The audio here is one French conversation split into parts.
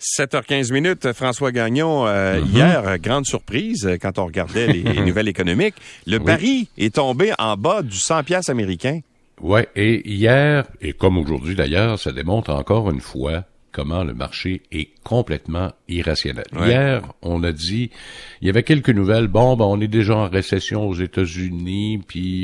7h15, François Gagnon. Hier, grande surprise, quand on regardait les nouvelles économiques, le pari est tombé en bas du 100 piastres américain. Ouais, et hier, et comme aujourd'hui d'ailleurs, ça démontre encore une fois comment le marché est complètement irrationnel. Ouais. Hier, on a dit, il y avait quelques nouvelles. Bon, on est déjà en récession aux États-Unis, puis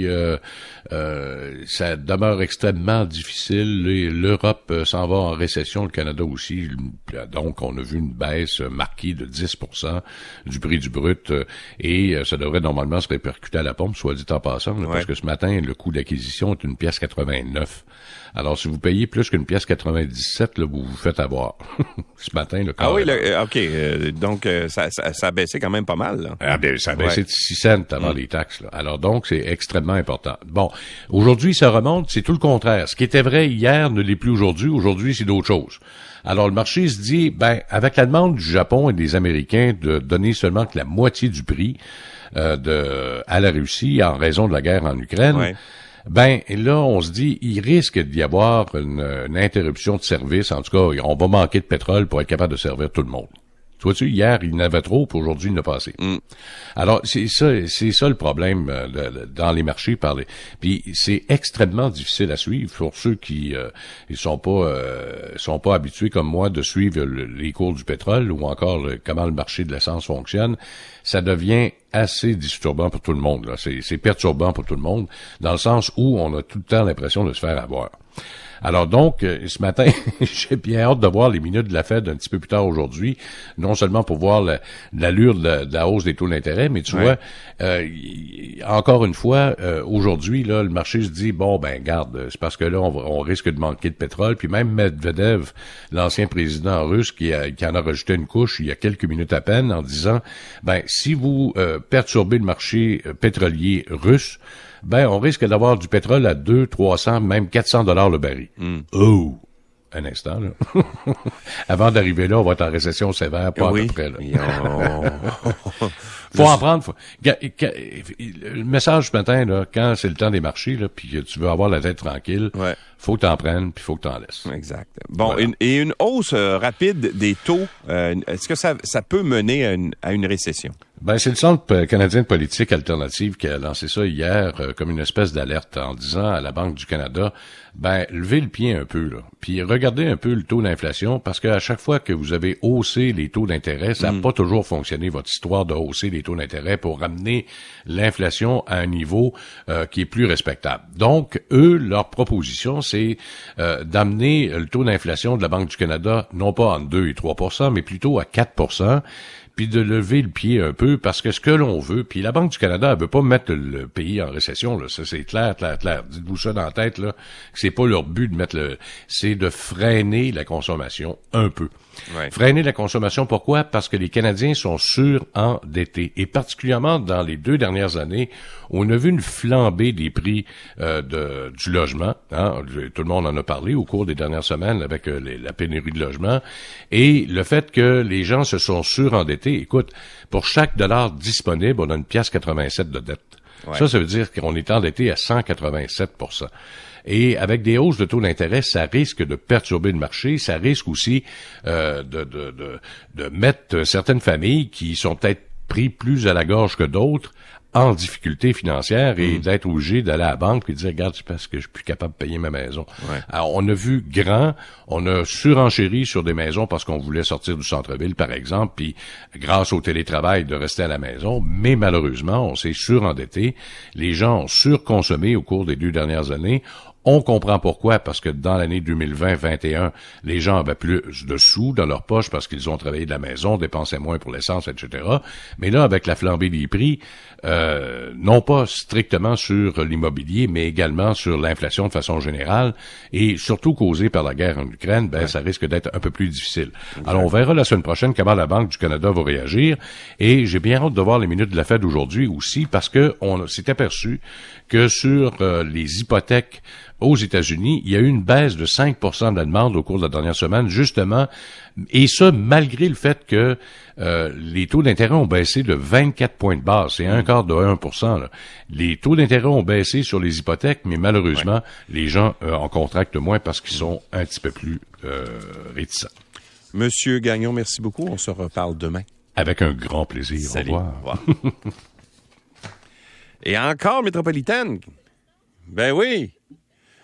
ça demeure extrêmement difficile. L'Europe s'en va en récession, le Canada aussi. Donc, on a vu une baisse marquée de 10% du prix du brut, et ça devrait normalement se répercuter à la pompe, soit dit en passant, parce que ce matin, le coût d'acquisition est 1,89 $. Alors, si vous payez plus qu'1,97 $, là, vous vous faites avoir. Ce matin, le Ah oui, OK. Donc, ça a baissé quand même pas mal, là. Ah bien, ça a baissé de 6 cents avant les taxes, là. Alors, donc, c'est extrêmement important. Bon, aujourd'hui, ça remonte, c'est tout le contraire. Ce qui était vrai hier ne l'est plus aujourd'hui. Aujourd'hui, c'est d'autres choses. Alors, le marché se dit, avec la demande du Japon et des Américains de donner seulement que la moitié du prix à la Russie en raison de la guerre en Ukraine, là, on se dit, il risque d'y avoir une interruption de service. En tout cas, on va manquer de pétrole pour être capable de servir tout le monde. Tu vois-tu, hier, il n'avait trop, puis aujourd'hui, il n'a pas assez. Alors, c'est ça le problème dans les marchés. Puis c'est extrêmement difficile à suivre pour ceux qui ils sont pas habitués comme moi de suivre les cours du pétrole ou encore comment le marché de l'essence fonctionne. Ça devient assez disturbant pour tout le monde, là. C'est perturbant pour tout le monde, dans le sens où on a tout le temps l'impression de se faire avoir. Alors donc, ce matin, j'ai bien hâte de voir les minutes de la Fed un petit peu plus tard aujourd'hui, non seulement pour voir l'allure de la hausse des taux d'intérêt, mais tu vois, encore une fois, aujourd'hui, là, le marché se dit, garde, c'est parce que là, on risque de manquer de pétrole, puis même Medvedev, l'ancien président russe, qui en a rajouté une couche il y a quelques minutes à peine, en disant, si vous perturbez le marché pétrolier russe, on risque d'avoir du pétrole à 200, 300, même 400 $ le baril. Oh! Un instant, là. Avant d'arriver là, on va être en récession sévère, pas à peu près, là. Faut en prendre. Le message ce matin, là, quand c'est le temps des marchés, là, puis que tu veux avoir la tête tranquille, faut que t'en prennes, puis faut que t'en laisses. Exact. Bon, voilà. une hausse rapide des taux, est-ce que ça peut mener à une récession? C'est le Centre canadien de politique alternative qui a lancé ça hier comme une espèce d'alerte en disant à la Banque du Canada, levez le pied un peu, là. Puis regardez un peu le taux d'inflation, parce qu'à chaque fois que vous avez haussé les taux d'intérêt, ça n'a pas toujours fonctionné, votre histoire de hausser les taux d'intérêt pour ramener l'inflation à un niveau qui est plus respectable. Donc, eux, leur proposition, c'est d'amener le taux d'inflation de la Banque du Canada, non pas entre 2 et 3%, mais plutôt à 4%, puis de lever le pied un peu, parce que ce que l'on veut, puis la Banque du Canada, elle veut pas mettre le pays en récession, là, ça c'est clair. Dites-vous ça dans la tête, là, que c'est pas leur but de mettre c'est de freiner la consommation un peu. Ouais. Freiner la consommation, pourquoi? Parce que les Canadiens sont surendettés. Et particulièrement dans les 2 dernières années, on a vu une flambée des prix du logement. Hein? Tout le monde en a parlé au cours des dernières semaines avec la pénurie de logement. Et le fait que les gens se sont surendettés, écoute, pour chaque dollar disponible, on a 1,87 $ de dette. Ouais. Ça veut dire qu'on est endetté à 187%. Et avec des hausses de taux d'intérêt, ça risque de perturber le marché, ça risque aussi de mettre certaines familles qui sont peut-être pris plus à la gorge que d'autres en difficulté financière et d'être obligé d'aller à la banque et de dire, regarde, c'est parce que je suis plus capable de payer ma maison. Ouais. Alors, on a vu on a surenchéri sur des maisons parce qu'on voulait sortir du centre-ville, par exemple, puis grâce au télétravail de rester à la maison, mais malheureusement, on s'est surendetté. Les gens ont surconsommé au cours des 2 dernières années. On comprend pourquoi, parce que dans l'année 2020-21, les gens avaient plus de sous dans leur poche parce qu'ils ont travaillé de la maison, dépensaient moins pour l'essence, etc. Mais là, avec la flambée des prix, non pas strictement sur l'immobilier, mais également sur l'inflation de façon générale, et surtout causée par la guerre en Ukraine, ça risque d'être un peu plus difficile. Exactement. Alors, on verra la semaine prochaine comment la Banque du Canada va réagir, et j'ai bien hâte de voir les minutes de la Fed aujourd'hui aussi, parce que on s'est aperçu que sur les hypothèques aux États-Unis, il y a eu une baisse de 5% de la demande au cours de la dernière semaine, justement, et ça malgré le fait que les taux d'intérêt ont baissé de 24 points de base, c'est un quart de 1%. Là. Les taux d'intérêt ont baissé sur les hypothèques, mais malheureusement, les gens en contractent moins parce qu'ils sont un petit peu plus réticents. Monsieur Gagnon, merci beaucoup. On se reparle demain. Avec un grand plaisir. Salut. Au revoir. Et encore métropolitaine. Ben oui.